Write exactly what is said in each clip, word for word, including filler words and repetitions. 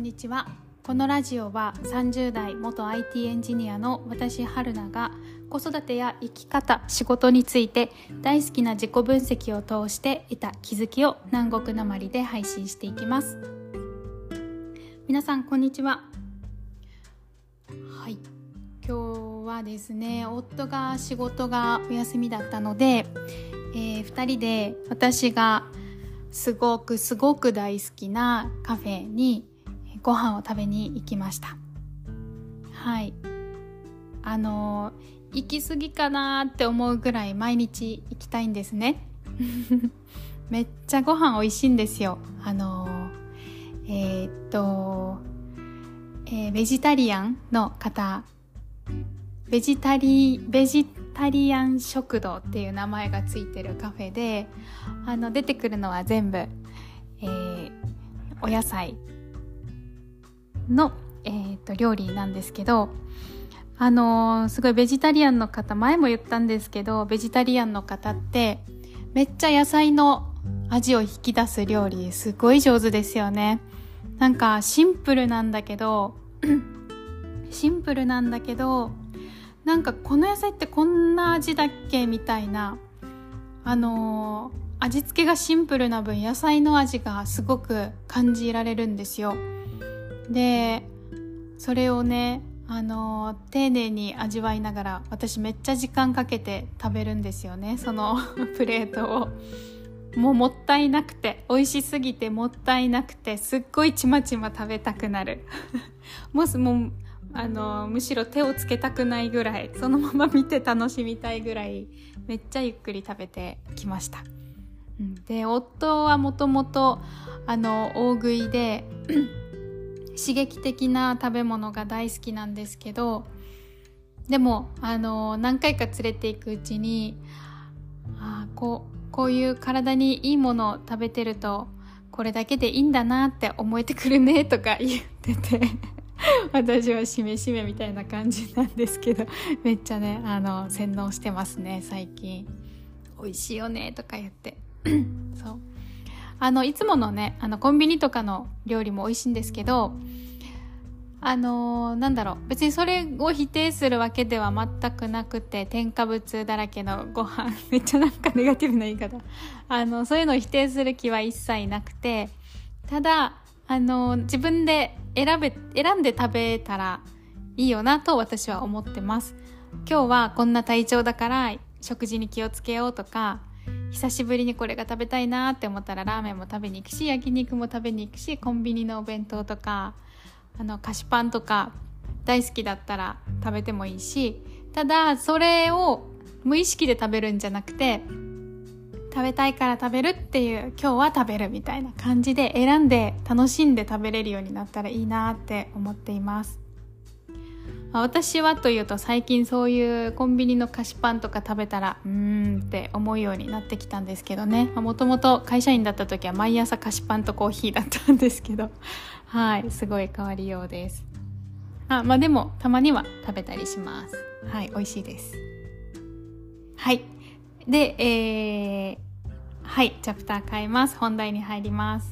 にちは。このラジオはさんじゅう代元 アイティー エンジニアの私春菜が子育てや生き方、仕事について大好きな自己分析を通して得た気づきを南国なまりで配信していきます。皆さんこんにちは。はい、今日はですね、夫が仕事がお休みだったので、えー、ふたりで私がすごくすごく大好きなカフェにご飯を食べに行きました。はい、あの行き過ぎかなって思うぐらい毎日行きたいんですねめっちゃご飯美味しいんですよ。あのえー、っと、えー、ベジタリアンの方ベジタリベジタリアン食堂っていう名前がついてるカフェで、あの出てくるのは全部、えー、お野菜の、えー、と料理なんですけど、あのー、すごいベジタリアンの方、前も言ったんですけど、ベジタリアンの方ってめっちゃ野菜の味を引き出す料理すごい上手ですよね。なんかシンプルなんだけどシンプルなんだけどなんかこの野菜ってこんな味だっけみたいな、あのー、味付けがシンプルな分野菜の味がすごく感じられるんですよ。でそれをね、あのー、丁寧に味わいながら、私めっちゃ時間かけて食べるんですよね、そのプレートを。もうもったいなくて、美味しすぎてもったいなくて、すっごいちまちま食べたくなるもうもうあのー、むしろ手をつけたくないぐらい、そのまま見て楽しみたいぐらいめっちゃゆっくり食べてきました。うん、で夫はもともとあの大食いで刺激的な食べ物が大好きなんですけど、でもあの何回か連れていくうちに、あこう、こういう体にいいものを食べてるとこれだけでいいんだなって思えてくるねとか言ってて私はしめしめみたいな感じなんですけど、めっちゃね、あの洗脳してますね最近。美味しいよねとか言ってそう、あのいつものね、あのコンビニとかの料理も美味しいんですけど、あのー、なんだろう、別にそれを否定するわけでは全くなくて、添加物だらけのご飯めっちゃなんかネガティブな言い方、あのそういうのを否定する気は一切なくて、ただあのー、自分で選べ選んで食べたらいいよなと私は思ってます。今日はこんな体調だから食事に気をつけようとか、久しぶりにこれが食べたいなって思ったらラーメンも食べに行くし、焼肉も食べに行くし、コンビニのお弁当とかあの菓子パンとか大好きだったら食べてもいいし、ただそれを無意識で食べるんじゃなくて、食べたいから食べるっていう、今日は食べるみたいな感じで選んで楽しんで食べれるようになったらいいなって思っています。私はというと、最近そういうコンビニの菓子パンとか食べたらうーんって思うようになってきたんですけどね。もともと会社員だった時は毎朝菓子パンとコーヒーだったんですけどはい、すごい変わりようです。あ、まあでもたまには食べたりします。はい、美味しいです。はい、で、えー、はい、チャプター変えます。本題に入ります。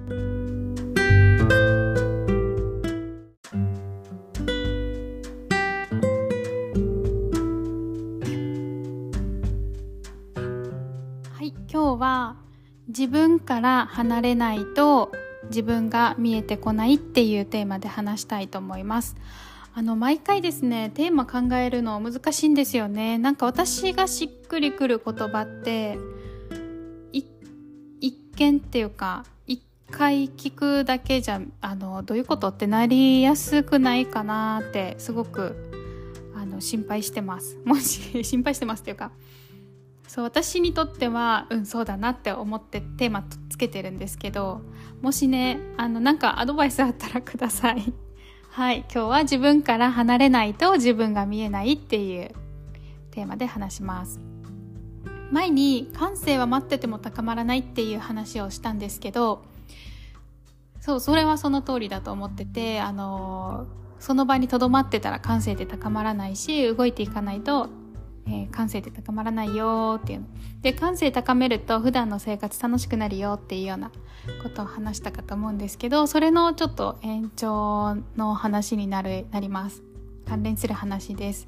今日は自分から離れないと自分が見えてこないっていうテーマで話したいと思います。あの毎回ですね、テーマ考えるの難しいんですよね。なんか私がしっくりくる言葉って一見っていうか一回聞くだけじゃ、あのどういうことってなりやすくないかなってすごくあの心配してます。もし心配してますっていうか、そう私にとってはうんそうだなって思ってテーマつけてるんですけど、もしね、あのなんかアドバイスあったらくださいはい、今日は自分から離れないと自分が見えないっていうテーマで話します。前に感性は待ってても高まらないっていう話をしたんですけど、そう、それはその通りだと思ってて、あのその場に留まってたら感性って高まらないし、動いていかないとえー、感性って高まらないよっていうので、感性高めると普段の生活楽しくなるよっていうようなことを話したかと思うんですけど、それのちょっと延長の話になるなります。関連する話です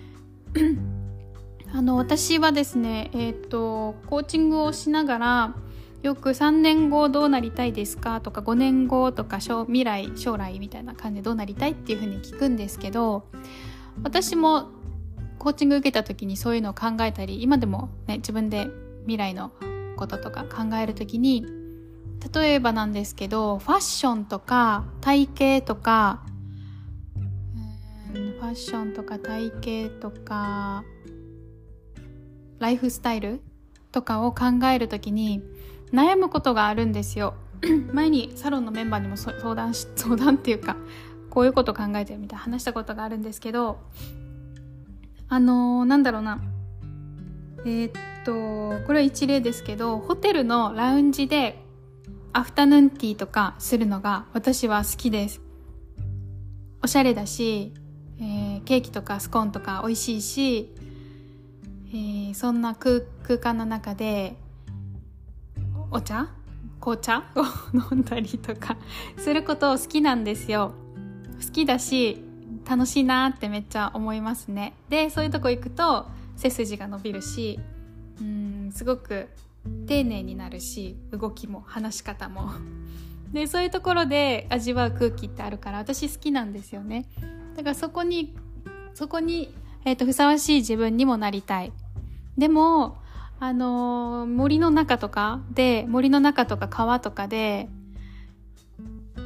あの私はですね、えーと、コーチングをしながらよくさんねんごどうなりたいですかとかごねんごとか未来将来みたいな感じでどうなりたいっていうふうに聞くんですけど、私もコーチング受けた時にそういうのを考えたり、今でもね自分で未来のこととか考える時に、例えばなんですけどファッションとか体型とかうーんファッションとか体型とかライフスタイルとかを考えるときに悩むことがあるんですよ前にサロンのメンバーにも相談し相談っていうか、こういうこと考えてるみたいな話したことがあるんですけど、あのー、なんだろうなえー、っとこれは一例ですけど、ホテルのラウンジでアフタヌーンティーとかするのが私は好きです。おしゃれだし、えー、ケーキとかスコーンとか美味しいし、えー、そんな 空, 空間の中でお茶紅茶を飲んだりとかすることを好きなんですよ。好きだし楽しいなってめっちゃ思いますね。でそういうとこ行くと背筋が伸びるし、うーんすごく丁寧になるし、動きも話し方もでそういうところで味わう空気ってあるから私好きなんですよね。だからそこにそこに、えーと、ふさわしい自分にもなりたい。でもあのー、森の中とかで森の中とか川とかで、うん、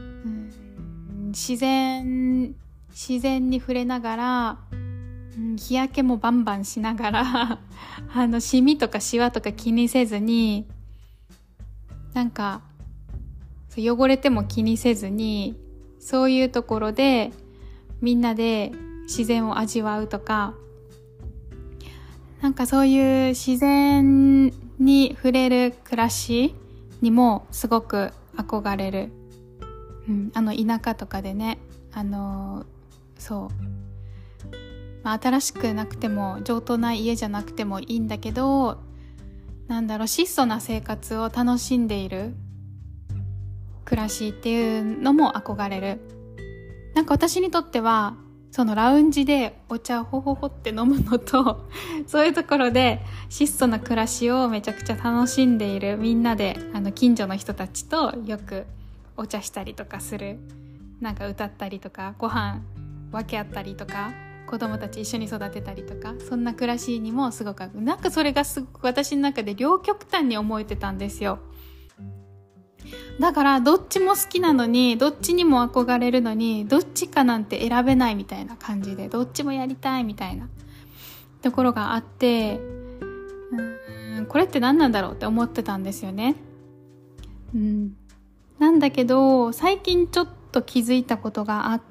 自然自然に触れながら、うん、日焼けもバンバンしながらあのシミとかシワとか気にせずに、なんか汚れても気にせずに、そういうところでみんなで自然を味わうとか、なんかそういう自然に触れる暮らしにもすごく憧れる、うん、あの田舎とかでね、あのそう、まあ、新しくなくても上等な家じゃなくてもいいんだけど、なんだろう、質素な生活を楽しんでいる暮らしっていうのも憧れる。なんか私にとってはそのラウンジでお茶をほほほって飲むのとそういうところで質素な暮らしをめちゃくちゃ楽しんでいるみんなで、あの近所の人たちとよくお茶したりとかする、なんか歌ったりとかご飯分け合ったりとか子供たち一緒に育てたりとか、そんな暮らしにもすごく、なんかそれがすごく私の中で両極端に思えてたんですよ。だからどっちも好きなのに、どっちにも憧れるのに、どっちかなんて選べないみたいな感じで、どっちもやりたいみたいなところがあって、うーんこれって何なんだろうって思ってたんですよね。うん、なんだけど最近ちょっと気づいたことがあって、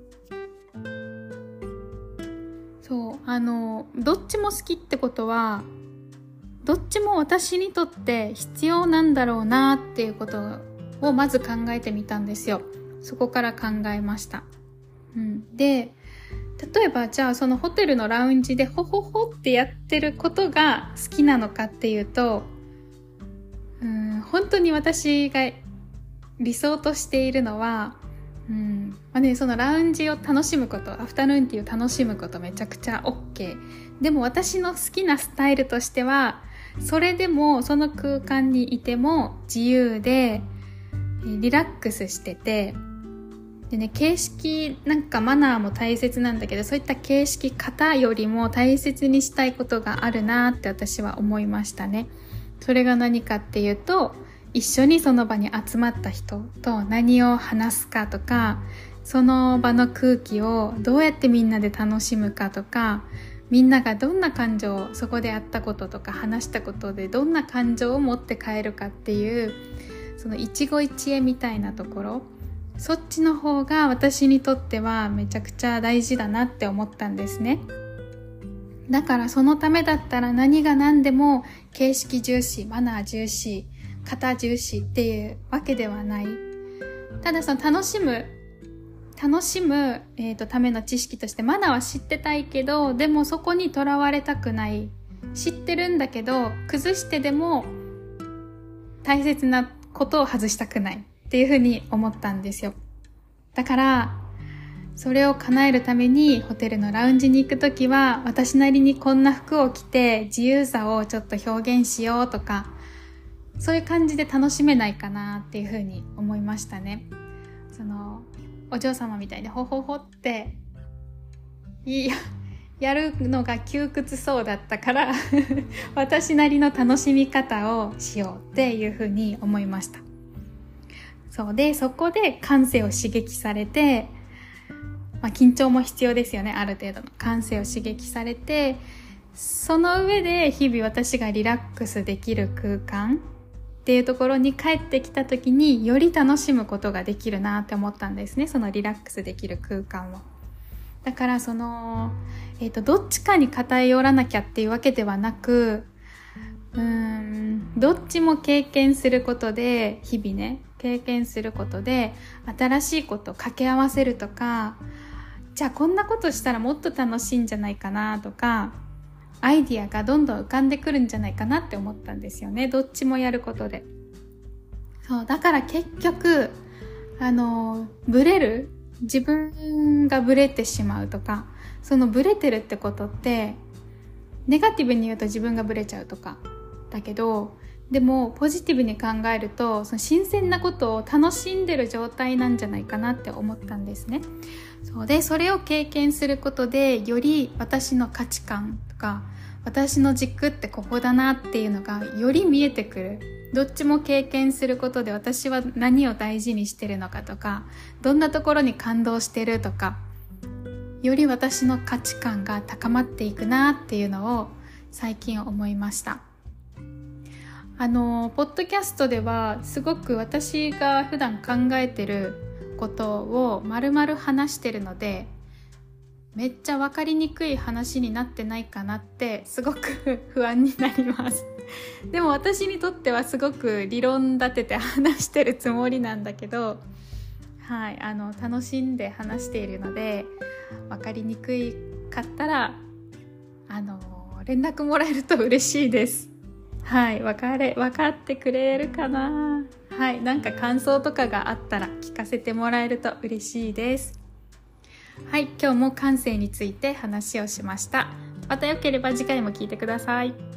そう、あのどっちも好きってことはどっちも私にとって必要なんだろうなっていうことをまず考えてみたんですよ。そこから考えました。うん、で、例えばじゃあそのホテルのラウンジでホホホってやってることが好きなのかっていうと、うん、本当に私が理想としているのは、うんまあね、そのラウンジを楽しむこと、アフタヌーンティーを楽しむことめちゃくちゃ OK。 でも私の好きなスタイルとしては、それでもその空間にいても自由でリラックスしてて、でね、形式なんかマナーも大切なんだけど、そういった形式型よりも大切にしたいことがあるなって私は思いましたね。それが何かっていうと、一緒にその場に集まった人と何を話すかとか、その場の空気をどうやってみんなで楽しむかとか、みんながどんな感情をそこであったこととか話したことでどんな感情を持って帰るかっていう、その一期一会みたいなところ、そっちの方が私にとってはめちゃくちゃ大事だなって思ったんですね。だからそのためだったら何が何でも形式重視、マナー重視、型重視っていうわけではない。ただその楽しむ楽しむ、えーと、ための知識としてマナーは知ってたいけど、でもそこにとらわれたくない。知ってるんだけど、崩してでも大切なことを外したくないっていうふうに思ったんですよ。だから、それを叶えるためにホテルのラウンジに行くときは、私なりにこんな服を着て自由さをちょっと表現しようとか、そういう感じで楽しめないかなっていうふうに思いましたね。そのお嬢様みたいにほほほっていややるのが窮屈そうだったから私なりの楽しみ方をしようっていうふうに思いました。そうで、そこで感性を刺激されて、まあ、緊張も必要ですよね。ある程度の感性を刺激されて、その上で日々私がリラックスできる空間っていうところに帰ってきた時により楽しむことができるなって思ったんですね。そのリラックスできる空間を。だからその、えーと、どっちかに偏らなきゃっていうわけではなく、うーん、どっちも経験することで、日々ね、経験することで新しいことを掛け合わせるとか、じゃあこんなことしたらもっと楽しいんじゃないかなとか、アイディアがどんどん浮かんでくるんじゃないかなって思ったんですよね。どっちもやることで。そう、だから結局、あの、ブレる、自分がブレてしまうとか、そのブレてるってことって、ネガティブに言うと自分がブレちゃうとか、だけど、でもポジティブに考えると、その新鮮なことを楽しんでる状態なんじゃないかなって思ったんですね。そうで、それを経験することで、より私の価値観とか、私の軸ってここだなっていうのがより見えてくる。どっちも経験することで、私は何を大事にしてるのかとか、どんなところに感動してるとか、より私の価値観が高まっていくなっていうのを最近思いました。あのポッドキャストではすごく私が普段考えてることを丸々話してるので、めっちゃ分かりにくい話になってないかなってすごく不安になります。でも私にとってはすごく理論立てて話してるつもりなんだけど、はい、あの楽しんで話しているので、分かりにくいかったらあの連絡もらえると嬉しいです。はい、分かれ分かってくれるかな。はい、なんか感想とかがあったら聞かせてもらえると嬉しいです。はい、今日も感性について話をしました。またよければ次回も聞いてください。